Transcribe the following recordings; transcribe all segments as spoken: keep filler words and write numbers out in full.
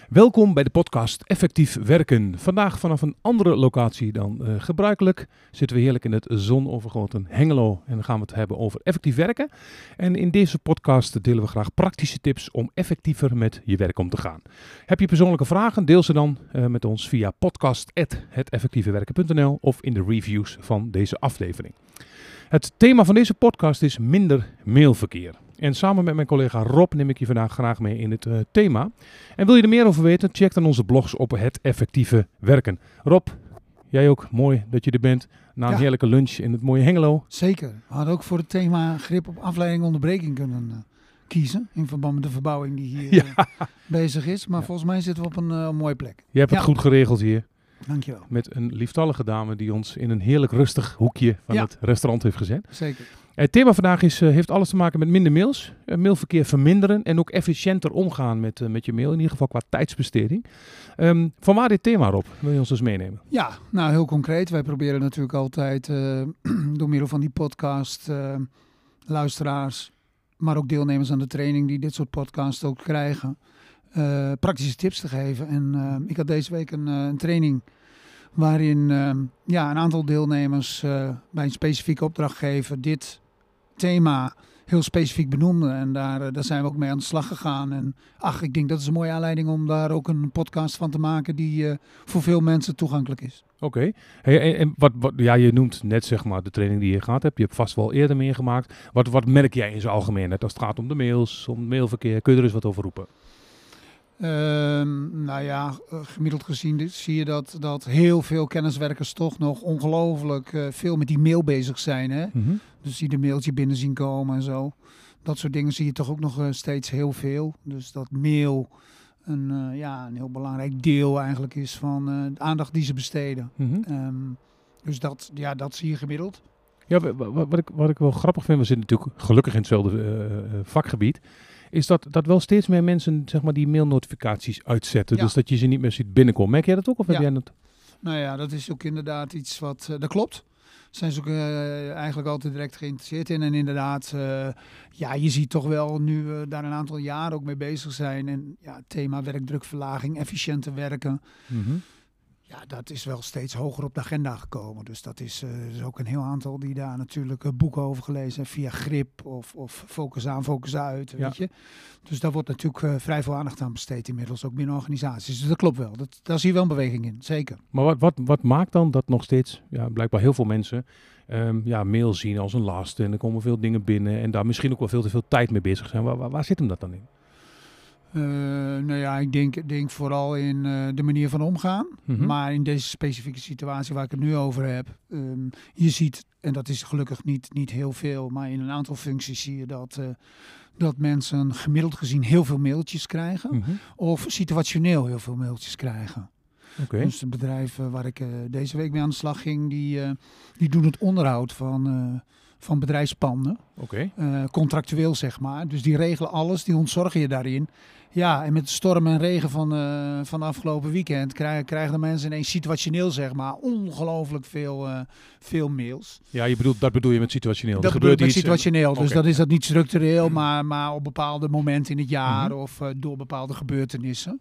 Welkom bij de podcast Effectief Werken. Vandaag vanaf een andere locatie dan uh, gebruikelijk zitten we heerlijk in het zonovergoten Hengelo en dan gaan we het hebben over effectief werken. En in deze podcast delen we graag praktische tips om effectiever met je werk om te gaan. Heb je persoonlijke vragen? Deel ze dan uh, met ons via podcast at het effectieve werken punt n l of in de reviews van deze aflevering. Het thema van deze podcast is minder mailverkeer. En samen met mijn collega Rob neem ik je vandaag graag mee in het uh, thema. En wil je er meer over weten, check dan onze blogs op Het Effectieve Werken. Rob, jij ook, mooi dat je er bent. Na een ja. heerlijke lunch in het mooie Hengelo. Zeker. We hadden ook voor het thema grip op afleiding en onderbreking kunnen uh, kiezen. In verband met de verbouwing die hier ja. uh, bezig is. Maar ja. volgens mij zitten we op een uh, mooie plek. Je hebt ja. het goed geregeld hier. Dankjewel. Met een lieftallige dame die ons in een heerlijk rustig hoekje van ja. het restaurant heeft gezet. Zeker. Het thema vandaag is, uh, heeft alles te maken met minder mails, uh, mailverkeer verminderen en ook efficiënter omgaan met, uh, met je mail, in ieder geval qua tijdsbesteding. Um, van waar dit thema, Rob? Wil je ons dus meenemen? Ja, nou heel concreet. Wij proberen natuurlijk altijd uh, door middel van die podcast, uh, luisteraars, maar ook deelnemers aan de training die dit soort podcasts ook krijgen, uh, praktische tips te geven. En uh, ik had deze week een, uh, een training waarin uh, ja, een aantal deelnemers uh, bij een specifieke opdrachtgever dit thema heel specifiek benoemde. En daar, uh, daar zijn we ook mee aan de slag gegaan. En ach, ik denk dat is een mooie aanleiding om daar ook een podcast van te maken die uh, voor veel mensen toegankelijk is. Oké. Okay. Hey, en, en wat, wat, ja, je noemt net zeg maar de training die je gehad hebt. Je hebt vast wel eerder meegemaakt. Wat, wat merk jij in zijn algemeenheid als het gaat om de mails, om het mailverkeer? Kun je er eens wat over roepen? Uh, nou ja, gemiddeld gezien zie je dat, dat heel veel kenniswerkers toch nog ongelooflijk uh, veel met die mail bezig zijn. Hè? Mm-hmm. Dus die de mailtje binnen zien komen en zo. Dat soort dingen zie je toch ook nog uh, steeds heel veel. Dus dat mail een, uh, ja, een heel belangrijk deel eigenlijk is van uh, de aandacht die ze besteden. Mm-hmm. Um, dus dat, ja, dat zie je gemiddeld. Ja, wat, wat, ik, wat ik wel grappig vind, we zitten natuurlijk gelukkig in hetzelfde uh, vakgebied, is dat, dat wel steeds meer mensen zeg maar, die mailnotificaties uitzetten. Ja. Dus dat je ze niet meer ziet binnenkomen. Merk jij dat ook? Of ja. heb jij dat? Nou ja, dat is ook inderdaad iets wat... Uh, dat klopt. Zijn ze ook uh, eigenlijk altijd direct geïnteresseerd in. En inderdaad, uh, ja, je ziet toch wel nu we uh, daar een aantal jaren ook mee bezig zijn. En ja, het thema werkdrukverlaging, efficiënter werken. Mm-hmm. Ja, dat is wel steeds hoger op de agenda gekomen. Dus dat is, uh, is ook een heel aantal die daar natuurlijk uh, boeken over gelezen hebben. Via Grip of, of Focus aan, Focus uit, ja. weet je. Dus daar wordt natuurlijk uh, vrij veel aandacht aan besteed inmiddels, ook binnen organisaties. Dus dat klopt wel. Dat, daar zie je wel een beweging in, zeker. Maar wat, wat, wat maakt dan dat nog steeds, ja, blijkbaar heel veel mensen, um, ja, mail zien als een last. En er komen veel dingen binnen en daar misschien ook wel veel te veel tijd mee bezig zijn. Waar, waar, waar zit hem dat dan in? Uh, nou ja, ik denk, denk vooral in uh, de manier van omgaan. Mm-hmm. Maar in deze specifieke situatie waar ik het nu over heb, um, je ziet, en dat is gelukkig niet, niet heel veel, maar in een aantal functies zie je dat, uh, dat mensen gemiddeld gezien heel veel mailtjes krijgen. Mm-hmm. Of situationeel heel veel mailtjes krijgen. Okay. Dus het bedrijf uh, waar ik uh, deze week mee aan de slag ging, die, uh, die doen het onderhoud van... Uh, van bedrijfspanden, okay. uh, contractueel zeg maar. Dus die regelen alles, die ontzorgen je daarin. Ja, en met de storm en regen van, uh, van de afgelopen weekend krijgen, krijgen de mensen ineens situationeel zeg maar ongelooflijk veel, uh, veel mails. Ja, je bedoelt, dat bedoel je met situationeel? Dat bedoel ik met situationeel, en... dus okay. dat is dat niet structureel, maar, maar op bepaalde momenten in het jaar mm-hmm. of uh, door bepaalde gebeurtenissen.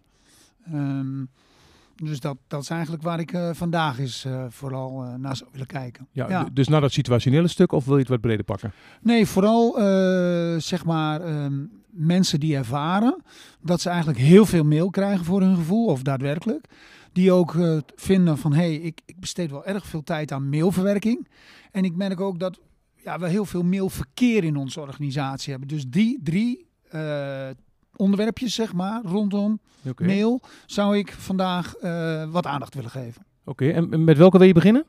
Um, Dus dat, dat is eigenlijk waar ik uh, vandaag eens uh, vooral uh, naar zou willen kijken. Ja, ja. D- dus naar dat situationele stuk of wil je het wat breder pakken? Nee, vooral uh, zeg maar um, mensen die ervaren dat ze eigenlijk heel veel mail krijgen voor hun gevoel of daadwerkelijk. Die ook uh, vinden van hé, hey, ik, ik besteed wel erg veel tijd aan mailverwerking. En ik merk ook dat ja, we heel veel mailverkeer in onze organisatie hebben. Dus die drie... Uh, onderwerpjes, zeg maar, rondom okay. mail, zou ik vandaag uh, wat aandacht willen geven. Oké, okay. En met welke wil je beginnen?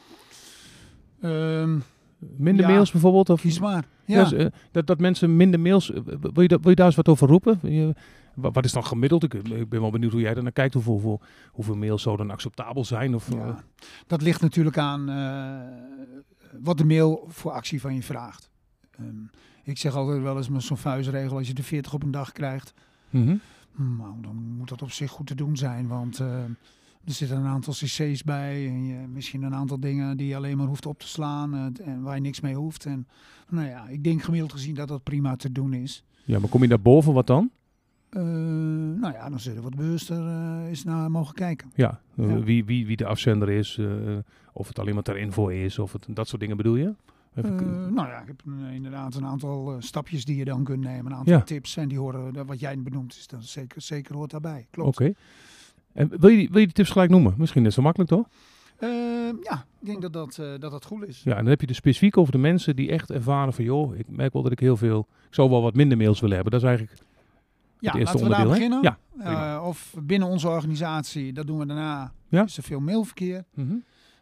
Um, minder ja, mails bijvoorbeeld? Of? Kies maar. Ja. Dus, uh, dat, dat mensen minder mails... Uh, wil, je da, wil je daar eens wat over roepen? Je, wat, wat is dan gemiddeld? Ik, ik ben wel benieuwd hoe jij er naar kijkt. Hoeveel, hoeveel, hoeveel mails zou dan acceptabel zijn? Of, ja. uh... Dat ligt natuurlijk aan uh, wat de mail voor actie van je vraagt. Um, Ik zeg altijd wel eens met zo'n vuistregel, als je er veertig op een dag krijgt, mm-hmm. nou, dan moet dat op zich goed te doen zijn. Want uh, er zitten een aantal cc's bij en je, misschien een aantal dingen die je alleen maar hoeft op te slaan uh, en waar je niks mee hoeft. En nou ja, ik denk gemiddeld gezien dat dat prima te doen is. Ja, maar kom je daarboven, wat dan? Uh, nou ja, dan zullen we wat bewuster uh, eens naar mogen kijken. Ja, uh, ja. Wie, wie, wie de afzender is, uh, of het alleen maar ter info is, of het, dat soort dingen bedoel je? Uh, nou ja, ik heb een, inderdaad een aantal uh, stapjes die je dan kunt nemen, een aantal ja. tips en die horen, wat jij benoemt, is dat zeker, zeker hoort daarbij. Klopt. Oké. Okay. En wil je, die, wil je die tips gelijk noemen? Misschien is het zo makkelijk, toch? Uh, ja, ik denk dat dat, uh, dat dat goed is. Ja, en dan heb je dus specifiek over de mensen die echt ervaren van, joh, ik merk wel dat ik heel veel, ik zou wel wat minder mails willen hebben. Dat is eigenlijk ja, het eerste laten we onderdeel. Daar Hè? beginnen. Ja, uh, of binnen onze organisatie, dat doen we daarna, ja? is er veel mailverkeer. Mm-hmm.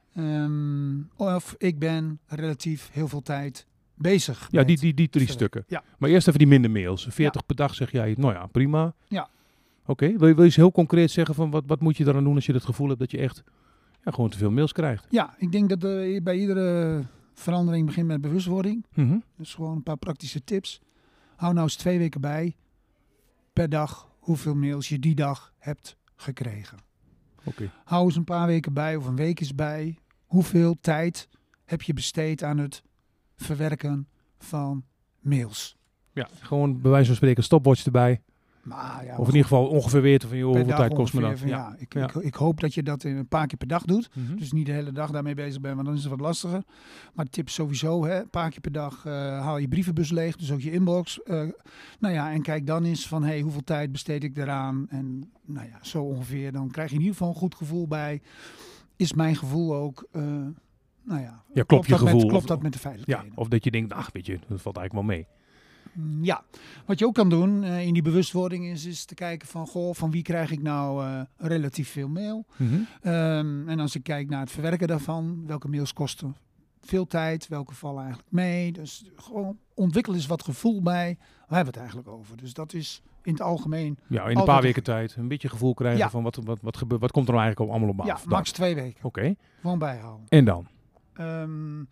Um, of ik ben relatief heel veel tijd bezig. Ja, die, die, die drie stukken. Ja. Maar eerst even die minder mails. veertig ja. per dag zeg jij, nou ja, prima. Ja. Oké, okay. wil, wil je eens heel concreet zeggen van wat, wat moet je eraan doen als je het gevoel hebt dat je echt ja, gewoon te veel mails krijgt? Ja, ik denk dat uh, bij iedere verandering begint met bewustwording. Mm-hmm. Dus gewoon een paar praktische tips. Hou nou eens twee weken bij per dag hoeveel mails je die dag hebt gekregen. Okay. Hou eens een paar weken bij of een week eens bij. Hoeveel tijd heb je besteed aan het verwerken van mails? Ja, gewoon bij wijze van spreken stopwatch erbij. Maar ja, of in ieder geval ongeveer weten van, joh, hoeveel tijd kost me dat? Van, ja. Ja, ik, ja. Ik, ik hoop dat je dat een paar keer per dag doet. Mm-hmm. Dus niet de hele dag daarmee bezig bent, want dan is het wat lastiger. Maar tip sowieso, hè, een paar keer per dag uh, haal je brievenbus leeg, dus ook je inbox. Uh, nou ja, en kijk dan eens van, hey, hoeveel tijd besteed ik eraan? En nou ja, zo ongeveer. Dan krijg je in ieder geval een goed gevoel bij. Is mijn gevoel ook, uh, nou ja, ja klopt, je dat gevoel, met, klopt of, dat met de veiligheden? Ja, of dat je denkt, ach, weet je, dat valt eigenlijk wel mee. Ja, wat je ook kan doen uh, in die bewustwording is, is te kijken van, goh, van wie krijg ik nou uh, relatief veel mail? Mm-hmm. Um, en als ik kijk naar het verwerken daarvan, welke mails kosten veel tijd, welke vallen eigenlijk mee? Dus gewoon ontwikkel eens wat gevoel bij. Waar hebben we het eigenlijk over? Dus dat is in het algemeen... Ja, in een paar weken tijd een beetje gevoel krijgen ja. van wat, wat, wat, gebeurt, wat komt er nou eigenlijk allemaal op af? Ja, max twee weken. Oké. Okay. Gewoon bijhouden. En dan? Um,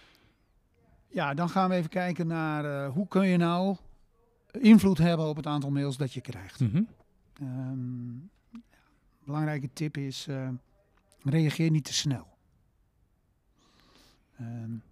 ja, dan gaan we even kijken naar uh, hoe kun je nou invloed hebben op het aantal mails dat je krijgt. Mm-hmm. Um, belangrijke tip is, uh, reageer niet te snel. Um,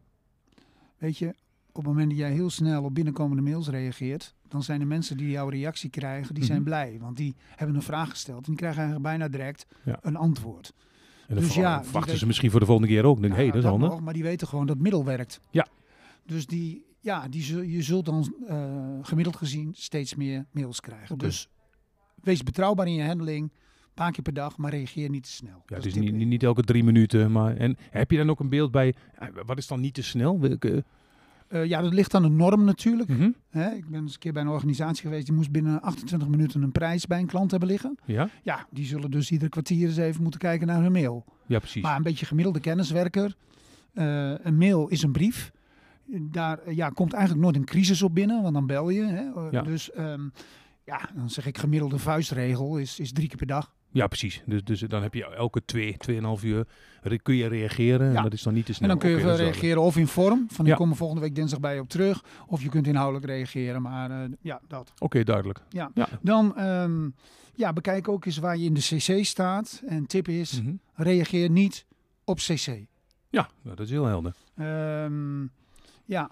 weet je, op het moment dat jij heel snel op binnenkomende mails reageert, dan zijn de mensen die jouw reactie krijgen, die mm-hmm. zijn blij. Want die hebben een vraag gesteld en die krijgen eigenlijk bijna direct ja. een antwoord. En dan dus ja, wachten ze misschien voor de volgende keer ook. Denk, nou, hey, dat is handig. Nog, maar die weten gewoon dat het middel werkt. Ja. Dus die, ja, die zul, je zult dan uh, gemiddeld gezien steeds meer mails krijgen. Okay. Dus wees betrouwbaar in je handling. Een paar keer per dag, maar reageer niet te snel. Ja, het is niet, niet elke drie minuten. Maar, en heb je dan ook een beeld bij, wat is dan niet te snel? Welke... Uh, ja, dat ligt aan de norm natuurlijk. Mm-hmm. Hè, ik ben eens een keer bij een organisatie geweest, die moest binnen achtentwintig minuten een prijs bij een klant hebben liggen. Ja? Ja, die zullen dus iedere kwartier eens even moeten kijken naar hun mail. Ja, precies. Maar een beetje gemiddelde kenniswerker. Uh, een mail is een brief. Daar uh, ja, komt eigenlijk nooit een crisis op binnen, want dan bel je. Hè. Uh, ja. Dus um, ja, dan zeg ik gemiddelde vuistregel is, is drie keer per dag. Ja, precies. Dus, dus dan heb je elke twee, tweeënhalf uur re- kun je reageren. Ja. En dat is dan niet te snel. En dan kun je okay, reageren of in vorm. Van ik ja. kom er volgende week dinsdag bij je op terug. Of je kunt inhoudelijk reageren. Maar uh, ja, dat. Oké, okay, duidelijk. Ja. ja. Dan um, ja, bekijk ook eens waar je in de C C staat. En tip is, mm-hmm. reageer niet op C C. Ja, dat is heel helder. Um, ja.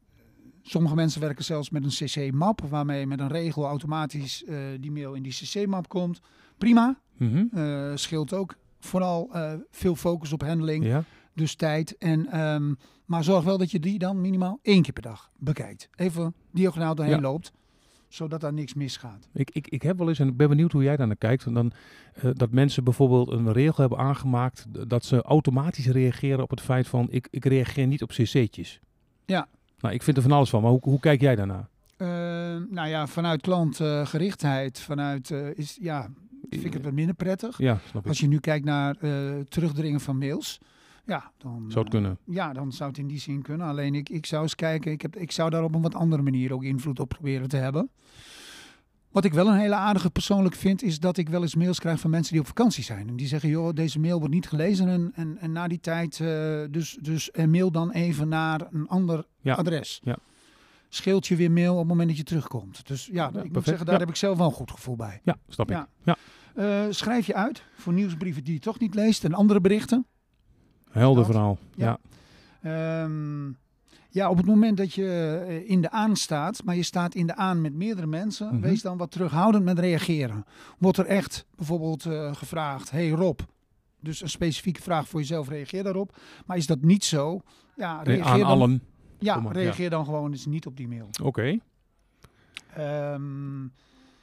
Sommige mensen werken zelfs met een C C-map, waarmee met een regel automatisch uh, die mail in die C C-map komt. Prima. Mm-hmm. Uh, scheelt ook vooral uh, veel focus op handling, ja. dus tijd. En, um, maar zorg wel dat je die dan minimaal één keer per dag bekijkt. Even diagonaal doorheen ja. loopt, zodat daar niks misgaat. Ik, ik, ik heb wel eens, en ik ben benieuwd hoe jij daar naar kijkt, dan, uh, dat mensen bijvoorbeeld een regel hebben aangemaakt dat ze automatisch reageren op het feit van ik, ik reageer niet op cc'tjes. Ja. Nou, ik vind er van alles van, maar hoe, hoe kijk jij daarnaar? Uh, nou ja, vanuit klantgerichtheid, uh, vanuit, uh, is, ja, vind ik het wat minder prettig. Ja, snap ik. Als je nu kijkt naar uh, terugdringen van mails, ja, dan zou het kunnen. Uh, ja, dan zou het in die zin kunnen. Alleen ik, ik zou eens kijken, ik, heb, ik zou daar op een wat andere manier ook invloed op proberen te hebben. Wat ik wel een hele aardige persoonlijk vind, is dat ik wel eens mails krijg van mensen die op vakantie zijn. En die zeggen, joh, deze mail wordt niet gelezen en, en, en na die tijd, uh, dus, dus en mail dan even naar een ander ja. adres. Ja. Scheelt je weer mail op het moment dat je terugkomt. Dus ja, ja ik perfect. moet zeggen, daar ja. heb ik zelf wel een goed gevoel bij. Ja, snap ik. Ja. Ja. Uh, schrijf je uit voor nieuwsbrieven die je toch niet leest en andere berichten. Helder verhaal. Ja. Ja. Um, Ja, op het moment dat je uh, in de aan staat, maar je staat in de aan met meerdere mensen, mm-hmm. wees dan wat terughoudend met reageren. Wordt er echt bijvoorbeeld uh, gevraagd, hey Rob, dus een specifieke vraag voor jezelf, reageer daarop. Maar is dat niet zo, ja, reageer nee, aan dan, allen. Ja, maar, reageer ja. dan gewoon eens niet op die mail. Oké. Okay. Um,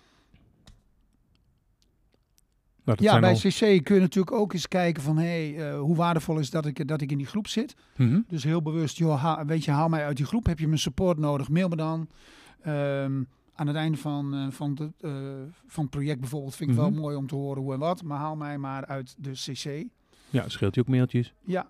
Nou, ja, bij al... C C kun je natuurlijk ook eens kijken van, hé, hey, uh, hoe waardevol is dat ik, dat ik in die groep zit. Mm-hmm. Dus heel bewust, joh, ha, weet je, haal mij uit die groep. Heb je mijn support nodig? Mail me dan. Um, aan het einde van, uh, van, de, uh, van het project bijvoorbeeld vind ik mm-hmm. wel mooi om te horen hoe en wat. Maar haal mij maar uit de C C. Ja, scheelt je ook mailtjes? Ja.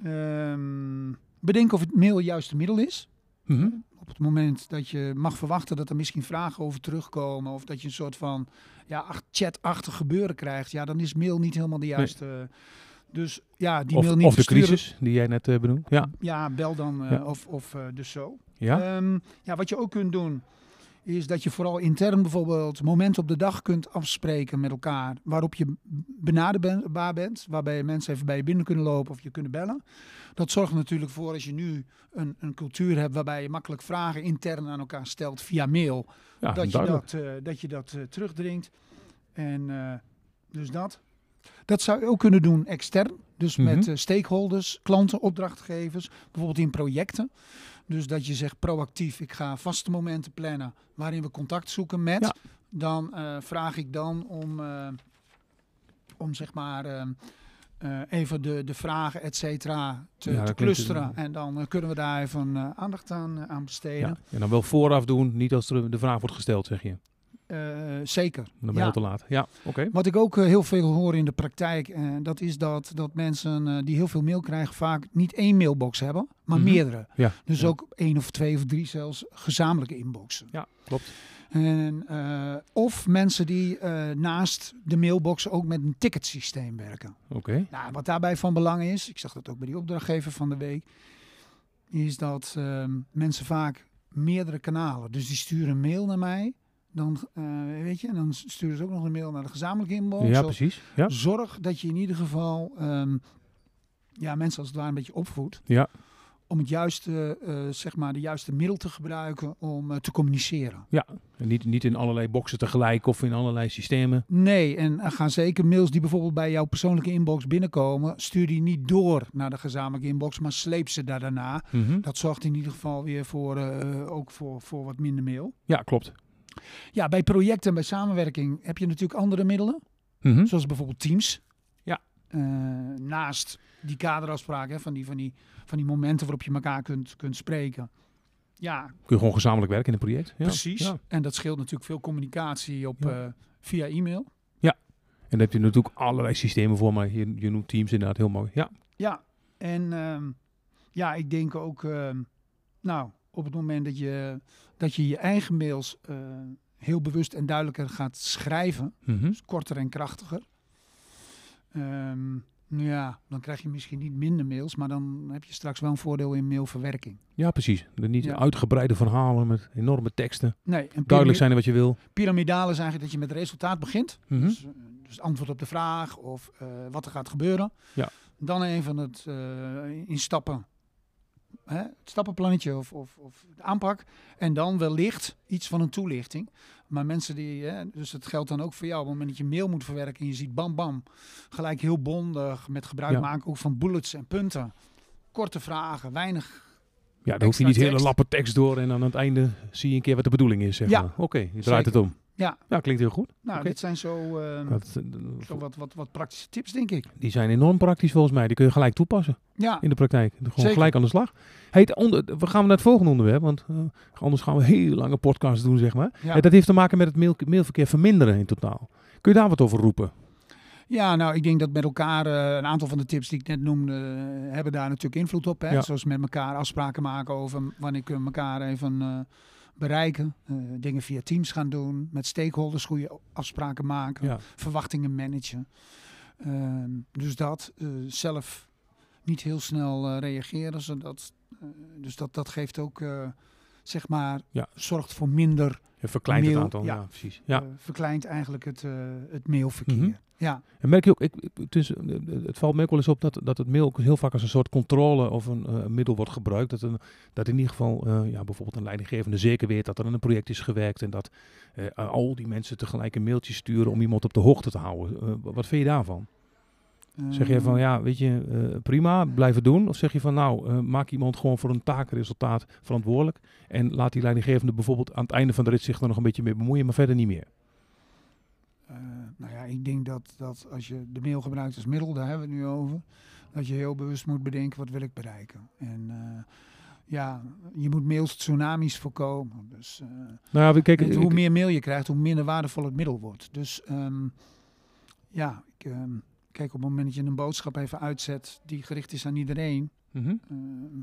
Um, bedenk of het mail juist de middel is. Mm-hmm. Op het moment dat je mag verwachten dat er misschien vragen over terugkomen. Of dat je een soort van ja, chatachtig gebeuren krijgt. Ja, dan is mail niet helemaal de juiste... Nee. Dus ja, die of, mail niet Of de versturen. crisis die jij net uh, benoemd. Ja. ja, bel dan uh, ja. of, of uh, dus zo. Ja? Um, ja, wat je ook kunt doen, is dat je vooral intern bijvoorbeeld momenten op de dag kunt afspreken met elkaar. Waarop je benaderbaar bent. Waarbij mensen even bij je binnen kunnen lopen of je kunnen bellen. Dat zorgt er natuurlijk voor als je nu een, een cultuur hebt waarbij je makkelijk vragen intern aan elkaar stelt via mail. Ja, dat, je dat, uh, dat je dat uh, terugdringt. En uh, dus dat. Dat zou je ook kunnen doen extern. Dus mm-hmm. met uh, stakeholders, klanten, opdrachtgevers. Bijvoorbeeld in projecten. Dus dat je zegt proactief, ik ga vaste momenten plannen waarin we contact zoeken met. Ja. Dan uh, vraag ik dan om, uh, om zeg maar uh, uh, even de, de vragen et cetera te, ja, te clusteren. Het, en dan uh, kunnen we daar even uh, aandacht aan, uh, aan besteden. Ja. En dan wel vooraf doen, niet als er de vraag wordt gesteld, zeg je. Uh, zeker. Dan ben je ja. al te laat. Ja, oké. Okay. Wat ik ook uh, heel veel hoor in de praktijk, uh, dat is dat, dat mensen uh, die heel veel mail krijgen vaak niet één mailbox hebben, maar mm-hmm. meerdere. Ja. Dus ja. ook één of twee of drie zelfs gezamenlijke inboxen. Ja, klopt. En, uh, of mensen die uh, naast de mailbox ook met een ticketsysteem werken. Oké. Okay. Nou, wat daarbij van belang is, ik zag dat ook bij die opdrachtgever van de week, is dat uh, mensen vaak meerdere kanalen, dus die sturen een mail naar mij. Dan, uh, weet je, en dan sturen ze ook nog een mail naar de gezamenlijke inbox. Ja, precies. Ja. Zorg dat je in ieder geval um, ja, mensen als het ware een beetje opvoedt. Ja. Om het juiste, uh, zeg maar, de juiste middel te gebruiken om uh, te communiceren. Ja, en niet, niet in allerlei boxen tegelijk of in allerlei systemen. Nee, en uh, ga zeker mails die bijvoorbeeld bij jouw persoonlijke inbox binnenkomen, stuur die niet door naar de gezamenlijke inbox, maar sleep ze daar daarna. Mm-hmm. Dat zorgt in ieder geval weer voor, uh, ook voor, voor wat minder mail. Ja, klopt. Ja, bij projecten en bij samenwerking heb je natuurlijk andere middelen. Mm-hmm. Zoals bijvoorbeeld Teams. Ja. Uh, naast die kaderafspraken, hè, van, die, van, die, van die momenten waarop je elkaar kunt, kunt spreken. Ja. Kun je gewoon gezamenlijk werken in een project. Ja. Precies. Ja. En dat scheelt natuurlijk veel communicatie op, ja. uh, via e-mail. Ja. En daar heb je natuurlijk allerlei systemen voor, maar je, je noemt Teams inderdaad heel mooi. Ja. Ja. En um, ja, ik denk ook, um, nou, op het moment dat je dat je, je eigen mails uh, heel bewust en duidelijker gaat schrijven, mm-hmm. dus korter en krachtiger. Um, ja, dan krijg je misschien niet minder mails, maar dan heb je straks wel een voordeel in mailverwerking. Ja, precies. De niet ja. uitgebreide verhalen met enorme teksten. Nee, en duidelijk zijn wat je wil. Pyramidale is eigenlijk dat je met het resultaat begint. Mm-hmm. Dus, dus antwoord op de vraag of uh, wat er gaat gebeuren. Ja. Dan even het uh, in stappen. Hè, het stappenplannetje of, of, of de aanpak. En dan wellicht iets van een toelichting. Maar mensen die, hè, dus het geldt dan ook voor jou. Op het moment dat je mail moet verwerken en je ziet bam bam. Gelijk heel bondig met gebruik ja. maken ook van bullets en punten. Korte vragen, weinig. Ja, dan hoef je niet tekst. hele lappen tekst door en aan het einde zie je een keer wat de bedoeling is. Zeg ja. Oké, okay, je draait Zeker. het om. Ja. ja, klinkt heel goed. Nou, okay. dit zijn zo, uh, dat, uh, zo wat, wat, wat praktische tips, denk ik. Die zijn enorm praktisch volgens mij. Die kun je gelijk toepassen ja. in de praktijk. Gewoon Zeker. gelijk aan de slag. Hey, het onder, we gaan naar het volgende onderwerp, want uh, anders gaan we heel lange podcasts doen, zeg maar. Ja. Hey, dat heeft te maken met het mail, mailverkeer verminderen in totaal. Kun je daar wat over roepen? Ja, nou, ik denk dat met elkaar uh, een aantal van de tips die ik net noemde, uh, hebben daar natuurlijk invloed op. Hè? Ja. Zoals met elkaar afspraken maken over wanneer kunnen we elkaar even uh, bereiken. Uh, dingen via Teams gaan doen, met stakeholders goede afspraken maken, ja. verwachtingen managen. Uh, dus dat, uh, zelf niet heel snel uh, reageren. Zodat, uh, dus dat, dat geeft ook uh, zeg maar, ja. zorgt voor minder... Je verkleint mail, het aantal, ja, ja, precies. Ja. Uh, verkleint eigenlijk het, uh, het mailverkeer. Mm-hmm. Ja. En merk je ook, ik, het, is, het valt me ook wel eens op dat, dat het mail ook heel vaak als een soort controle of een uh, middel wordt gebruikt. Dat, een, dat in ieder geval uh, ja, bijvoorbeeld een leidinggevende zeker weet dat er aan een project is gewerkt. En dat uh, al die mensen tegelijk een mailtje sturen om iemand op de hoogte te houden. Uh, wat vind je daarvan? Zeg je van, ja, weet je, uh, prima, blijven doen? Of zeg je van, nou, uh, maak iemand gewoon voor een taakresultaat verantwoordelijk en laat die leidinggevende bijvoorbeeld aan het einde van de rit zich er nog een beetje mee bemoeien, maar verder niet meer? Uh, nou ja, ik denk dat, dat als je de mail gebruikt als middel, daar hebben we het nu over, dat je heel bewust moet bedenken, wat wil ik bereiken? En uh, ja, je moet mails tsunamis voorkomen. Dus uh, nou ja, kijk, hoe ik, meer mail je krijgt, hoe minder waardevol het middel wordt. Dus um, ja, ik... Um, Kijk, op het moment dat je een boodschap even uitzet die gericht is aan iedereen. Mm-hmm. Uh,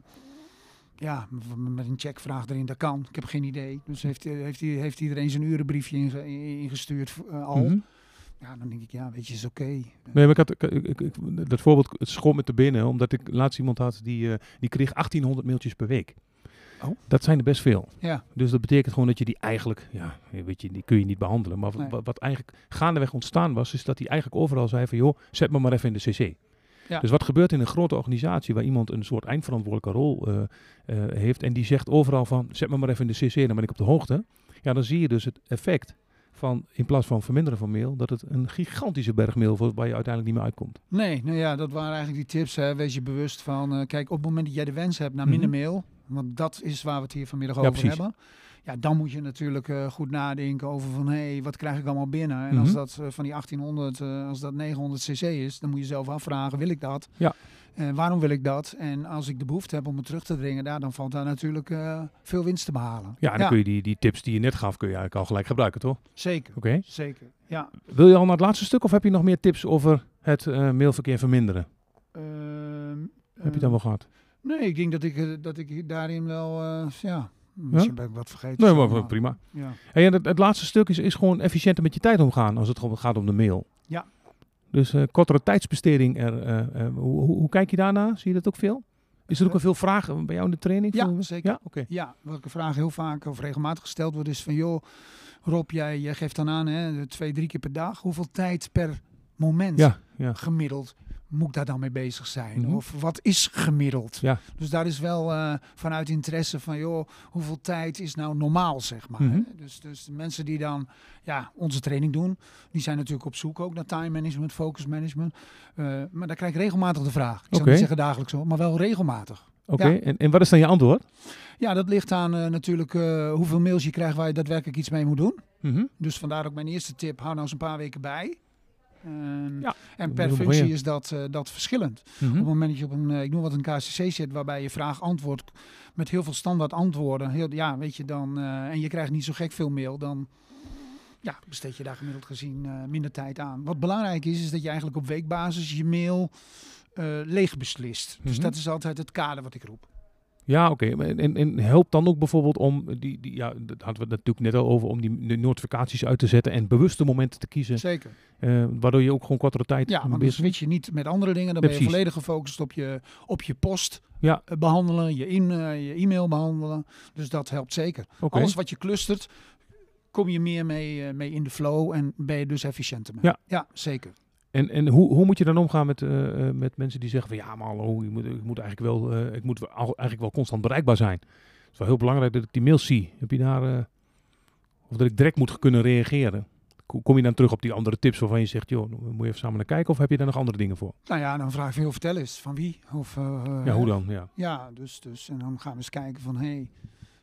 ja, met een checkvraag erin, dat kan. Ik heb geen idee. Dus heeft, heeft, heeft iedereen zijn urenbriefje inge, ingestuurd uh, al. Mm-hmm. Ja, dan denk ik, ja, weet je, is oké. Okay. Nee, maar ik had, ik, ik, ik, dat voorbeeld, het schoot me te binnen, omdat ik laatst iemand had die, uh, die kreeg achttienhonderd mailtjes per week. Oh. Dat zijn er best veel. Ja. Dus dat betekent gewoon dat je die eigenlijk, ja, weet je, die kun je niet behandelen. Maar nee. wat, wat eigenlijk gaandeweg ontstaan was, is dat hij eigenlijk overal zei van, joh, zet me maar even in de cc. Ja. Dus wat gebeurt in een grote organisatie waar iemand een soort eindverantwoordelijke rol uh, uh, heeft en die zegt overal van, zet me maar even in de cc, dan ben ik op de hoogte. Ja, dan zie je dus het effect van, in plaats van verminderen van mail, dat het een gigantische berg mail wordt waar je uiteindelijk niet meer uitkomt. Nee, nou ja, dat waren eigenlijk die tips. Hè. Wees je bewust van, uh, kijk, op het moment dat jij de wens hebt naar minder mm-hmm. mail, want dat is waar we het hier vanmiddag ja, over precies. hebben. Ja, dan moet je natuurlijk uh, goed nadenken over van, hé, hey, wat krijg ik allemaal binnen? En mm-hmm. als dat uh, van die achttienhonderd, uh, als dat negenhonderd cc is, dan moet je zelf afvragen, wil ik dat? Ja. En waarom wil ik dat? En als ik de behoefte heb om het terug te dringen, daar, dan valt daar natuurlijk uh, veel winst te behalen. Ja, en dan ja. kun je die, die tips die je net gaf, kun je eigenlijk al gelijk gebruiken, toch? Zeker, okay. zeker, ja. Wil je al naar het laatste stuk of heb je nog meer tips over het uh, mailverkeer verminderen? Uh, heb je het dan wel gehad? Nee, ik denk dat ik, dat ik daarin wel, uh, ja, misschien ja? ben ik wat vergeten. Nee, maar, maar prima. Ja. Hey, en het, het laatste stuk is, is gewoon efficiënter met je tijd omgaan als het gaat om de mail. Ja. Dus uh, kortere tijdsbesteding. Er, uh, uh, hoe, hoe, hoe kijk je daarna? Zie je dat ook veel? Is er ook wel veel vragen bij jou in de training? Ja, voor? zeker. Ja, okay. Ja, welke vraag heel vaak of regelmatig gesteld wordt is van, joh, Rob, jij, jij geeft dan aan, hè, twee, drie keer per dag. Hoeveel tijd per moment ja, ja. gemiddeld moet ik daar dan mee bezig zijn? Mm-hmm. Of wat is gemiddeld? Ja. Dus daar is wel uh, vanuit interesse van, joh, hoeveel tijd is nou normaal, zeg maar. Mm-hmm. Dus, dus de mensen die dan ja, onze training doen, die zijn natuurlijk op zoek ook naar time management, focus management. Uh, maar daar krijg ik regelmatig de vraag. Ik zou okay. niet zeggen dagelijks zo, maar wel regelmatig. Oké, okay. ja. en, en wat is dan je antwoord? Ja, dat ligt aan uh, natuurlijk uh, hoeveel mails je krijgt waar je daadwerkelijk iets mee moet doen. Mm-hmm. Dus vandaar ook mijn eerste tip, hou nou eens een paar weken bij. Um, ja, en per functie is dat, uh, dat verschillend. Mm-hmm. Op het moment dat je op een, uh, ik noem wat een K C C zit, waarbij je vraag-antwoord met heel veel standaard antwoorden, heel, ja, weet je dan, uh, en je krijgt niet zo gek veel mail, dan ja, besteed je daar gemiddeld gezien uh, minder tijd aan. Wat belangrijk is, is dat je eigenlijk op weekbasis je mail uh, leeg beslist. Mm-hmm. Dus dat is altijd het kader wat ik roep. Ja, oké. Okay. En, en helpt dan ook bijvoorbeeld om, die, die, ja, dat hadden we het natuurlijk net al over, om die de notificaties uit te zetten en bewuste momenten te kiezen. Zeker. Uh, waardoor je ook gewoon kortere tijd... Ja, want dan switch je niet met andere dingen. Dan ja, ben je precies. volledig gefocust op je, op je post ja. uh, behandelen, je, in, uh, je e-mail behandelen. Dus dat helpt zeker. Okay. Alles wat je clustert, kom je meer mee, uh, mee in de flow en ben je dus efficiënter mee. Ja, ja zeker. En, en hoe, hoe moet je dan omgaan met, uh, met mensen die zeggen van ja, maar hallo, ik moet, ik moet eigenlijk wel, uh, ik moet eigenlijk wel constant bereikbaar zijn. Het is wel heel belangrijk dat ik die mails zie. Heb je daar, uh, of dat ik direct moet kunnen reageren? Kom je dan terug op die andere tips waarvan je zegt, joh, moet je even samen naar kijken, of heb je daar nog andere dingen voor? Nou ja, dan vraag ik veel, vertel eens, van wie? Of, uh, ja, hoe dan? Ja, ja dus, dus, en dan gaan we eens kijken van, hé, hey,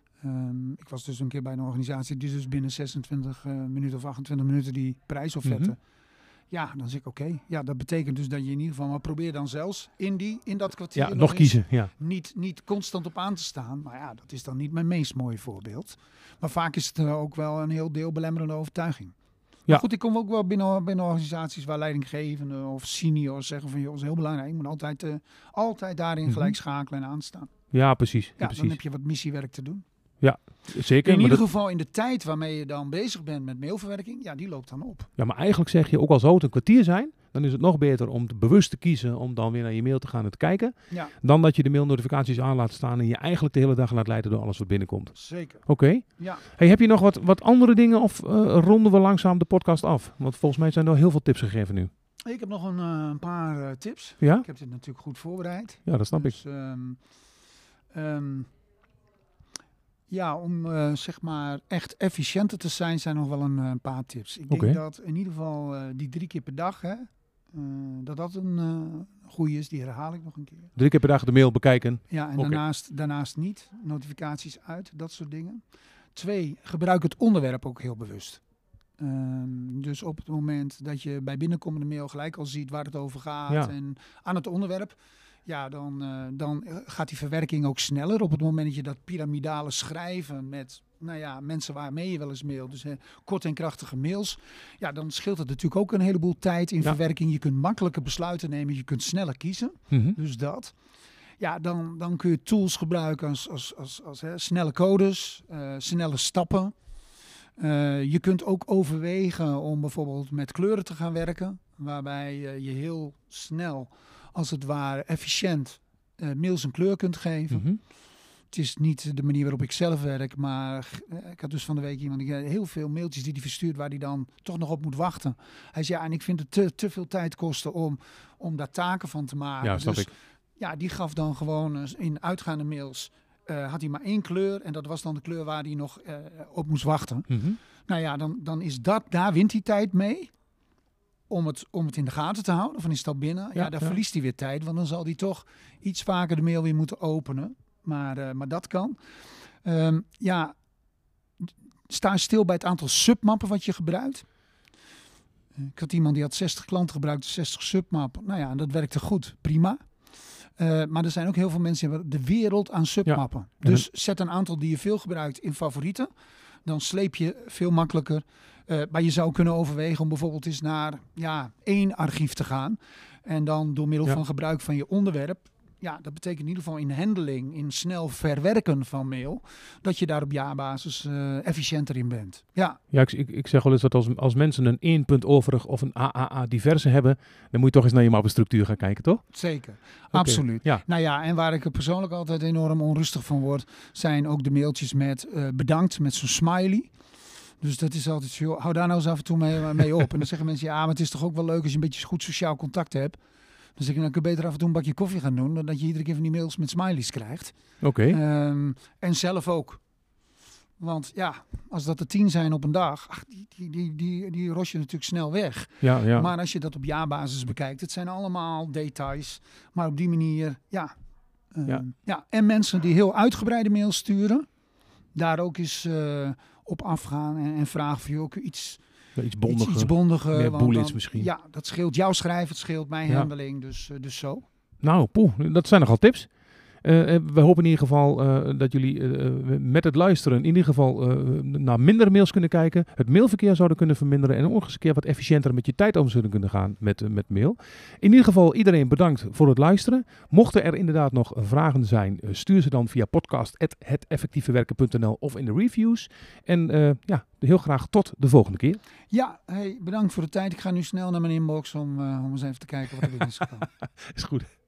um, ik was dus een keer bij een organisatie die dus binnen zesentwintig uh, minuten of achtentwintig minuten die prijsofferte. Mm-hmm. Ja, dan zeg ik oké. Okay. Ja, dat betekent dus dat je in ieder geval, maar probeer dan zelfs in, die, in dat kwartier ja, nog, nog kiezen. Ja. Niet, niet constant op aan te staan. Maar ja, dat is dan niet mijn meest mooie voorbeeld. Maar vaak is het uh, ook wel een heel deel belemmerende overtuiging. Ja. Maar goed, ik kom ook wel binnen, binnen organisaties waar leidinggevenden of seniors zeggen van, joh, dat is heel belangrijk. Je moet altijd, uh, altijd daarin mm-hmm. gelijk schakelen en aanstaan. Ja, precies. Ja, ja, precies. Dan heb je wat missiewerk te doen. Ja, zeker. In ieder dat... geval in de tijd waarmee je dan bezig bent met mailverwerking, ja, die loopt dan op. Ja, maar eigenlijk zeg je, ook al zou het een kwartier zijn, dan is het nog beter om te bewust te kiezen om dan weer naar je mail te gaan en te kijken. Ja. Dan dat je de mailnotificaties aan laat staan en je eigenlijk de hele dag laat leiden door alles wat binnenkomt. Zeker. Oké. Okay. Ja. Hey, heb je nog wat, wat andere dingen of uh, ronden we langzaam de podcast af? Want volgens mij zijn er heel veel tips gegeven nu. Ik heb nog een, uh, een paar uh, tips. Ja? Ik heb dit natuurlijk goed voorbereid. Ja, dat snap dus, ik. Um, um, ja, om uh, zeg maar echt efficiënter te zijn, zijn nog wel een, een paar tips. Ik denk okay. dat in ieder geval uh, die drie keer per dag, hè, uh, dat dat een uh, goede is. Die herhaal ik nog een keer. Drie keer per dag de mail bekijken. Ja, en okay. daarnaast, daarnaast niet. Notificaties uit, dat soort dingen. Twee, gebruik het onderwerp ook heel bewust. Um, dus op het moment dat je bij binnenkomende mail gelijk al ziet waar het over gaat ja. en aan het onderwerp, ja, dan, uh, dan gaat die verwerking ook sneller. Op het moment dat je dat piramidale schrijven met, nou ja, mensen waarmee je wel eens mailt, dus hè, kort en krachtige mails, ja, dan scheelt het natuurlijk ook een heleboel tijd in ja. verwerking. Je kunt makkelijker besluiten nemen, je kunt sneller kiezen. Mm-hmm. Dus dat. Ja, dan, dan kun je tools gebruiken als, als, als, als hè, snelle codes, uh, snelle stappen. Uh, je kunt ook overwegen om bijvoorbeeld met kleuren te gaan werken, waarbij uh, je heel snel, als het ware efficiënt, uh, mails een kleur kunt geven. Mm-hmm. Het is niet de manier waarop ik zelf werk, maar uh, ik had dus van de week iemand, die uh, heel veel mailtjes die hij verstuurt waar hij dan toch nog op moet wachten. Hij zei, ja, en ik vind het te, te veel tijd kosten om, om daar taken van te maken. Ja, snap dus, ik. Ja, die gaf dan gewoon uh, in uitgaande mails, Uh, had hij maar één kleur en dat was dan de kleur waar hij nog uh, op moest wachten. Mm-hmm. Nou ja, dan, dan is dat, daar wint hij tijd mee om het, om het in de gaten te houden. Van is dat binnen? Ja, ja daar ja. verliest hij weer tijd, want dan zal hij toch iets vaker de mail weer moeten openen. Maar, uh, maar dat kan. Um, ja, sta stil bij het aantal submappen wat je gebruikt. Ik had iemand die had zestig klanten gebruikt, zestig submappen. Nou ja, dat werkte goed, prima. Uh, maar er zijn ook heel veel mensen die hebben de wereld aan submappen. Ja. Dus zet een aantal die je veel gebruikt in favorieten. Dan sleep je veel makkelijker. Uh, maar je zou kunnen overwegen om bijvoorbeeld eens naar ja, één archief te gaan. En dan door middel ja. van gebruik van je onderwerp. Ja, dat betekent in ieder geval in handling, in snel verwerken van mail, dat je daar op jaarbasis uh, efficiënter in bent. Ja, ja ik, ik, ik zeg wel eens dat als, als mensen een één punt overig of een A A A diverse hebben, dan moet je toch eens naar je mappenstructuur gaan kijken, toch? Zeker, okay. Absoluut. Ja. Nou ja, en waar ik er persoonlijk altijd enorm onrustig van word, zijn ook de mailtjes met uh, bedankt, met zo'n smiley. Dus dat is altijd zo, hou daar nou eens af en toe mee, mee op. En dan zeggen mensen, ja, maar het is toch ook wel leuk als je een beetje goed sociaal contact hebt. Dus ik, dan kun je beter af en toe een bakje koffie gaan doen, dan dat je iedere keer van die mails met smileys krijgt. Oké. Okay. Um, en zelf ook. Want ja, als dat er tien zijn op een dag, ach, die, die, die, die, die ros je natuurlijk snel weg. Ja, ja. Maar als je dat op jaarbasis bekijkt, het zijn allemaal details. Maar op die manier, ja. Um, ja. ja. En mensen die heel uitgebreide mails sturen, daar ook eens uh, op afgaan en, en vragen of je ook iets... Ja, iets bondiger, iets, iets bondiger, meer bullets dan, misschien. Ja, dat scheelt jouw schrijven, het scheelt mijn ja. handeling, dus, uh, dus zo. Nou, poeh, dat zijn nogal tips. Uh, we hopen in ieder geval uh, dat jullie uh, met het luisteren in ieder geval uh, naar minder mails kunnen kijken. Het mailverkeer zouden kunnen verminderen en ook eens een keer wat efficiënter met je tijd om zullen kunnen gaan met, uh, met mail. In ieder geval iedereen bedankt voor het luisteren. Mochten er inderdaad nog vragen zijn, uh, stuur ze dan via podcast at het effectieve werken punt n l of in de reviews. En uh, ja, heel graag tot de volgende keer. Ja, hey, bedankt voor de tijd. Ik ga nu snel naar mijn inbox om, uh, om eens even te kijken wat er binnen is gekomen. Is goed.